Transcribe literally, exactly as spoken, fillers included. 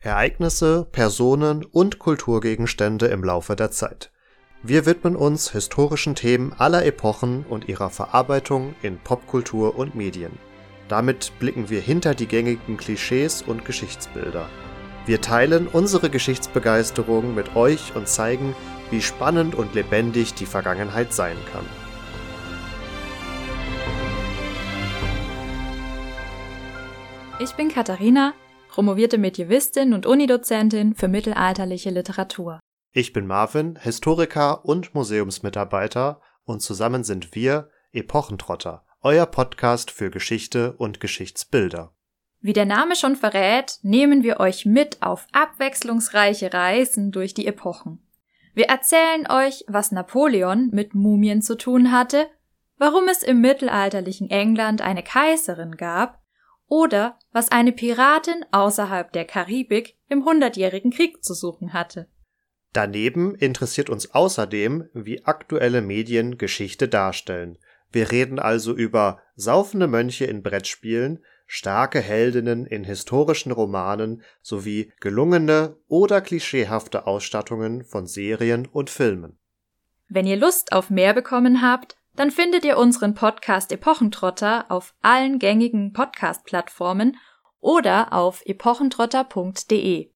Ereignisse, Personen und Kulturgegenstände im Laufe der Zeit. Wir widmen uns historischen Themen aller Epochen und ihrer Verarbeitung in Popkultur und Medien. Damit blicken wir hinter die gängigen Klischees und Geschichtsbilder. Wir teilen unsere Geschichtsbegeisterung mit euch und zeigen, wie spannend und lebendig die Vergangenheit sein kann. Ich bin Katharina, promovierte Medievistin und Unidozentin für mittelalterliche Literatur. Ich bin Marvin, Historiker und Museumsmitarbeiter, und zusammen sind wir Epochentrotter, euer Podcast für Geschichte und Geschichtsbilder. Wie der Name schon verrät, nehmen wir euch mit auf abwechslungsreiche Reisen durch die Epochen. Wir erzählen euch, was Napoleon mit Mumien zu tun hatte, warum es im mittelalterlichen England eine Kaiserin gab oder was eine Piratin außerhalb der Karibik im Hundertjährigen Krieg zu suchen hatte. Daneben interessiert uns außerdem, wie aktuelle Medien Geschichte darstellen. Wir reden also über saufende Mönche in Brettspielen, starke Heldinnen in historischen Romanen sowie gelungene oder klischeehafte Ausstattungen von Serien und Filmen. Wenn ihr Lust auf mehr bekommen habt, dann findet ihr unseren Podcast Epochentrotter auf allen gängigen Podcast-Plattformen oder auf epochentrotter punkt de.